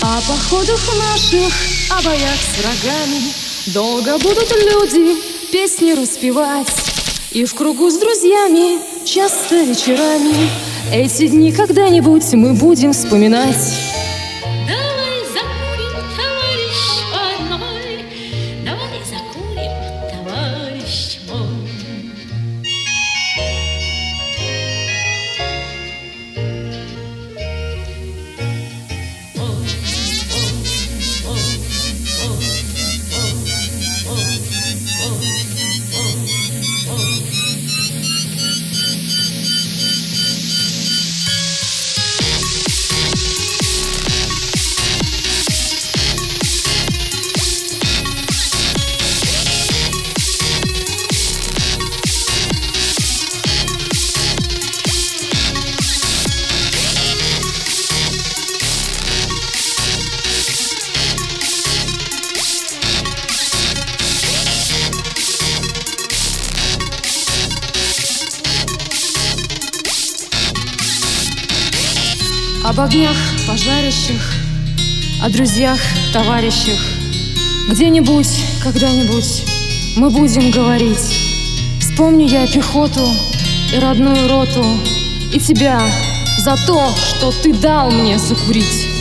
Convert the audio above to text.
О походах наших, о боях с врагами долго будут люди песни распевать. И в кругу с друзьями часто вечерами эти дни когда-нибудь мы будем вспоминать. Давай закурим, товарищ мой, давай закурим, товарищ мой. Об огнях пожарящих, о друзьях, товарищах. Где-нибудь, когда-нибудь мы будем говорить. Вспомню я пехоту и родную роту, и тебя за то, что ты дал мне закурить.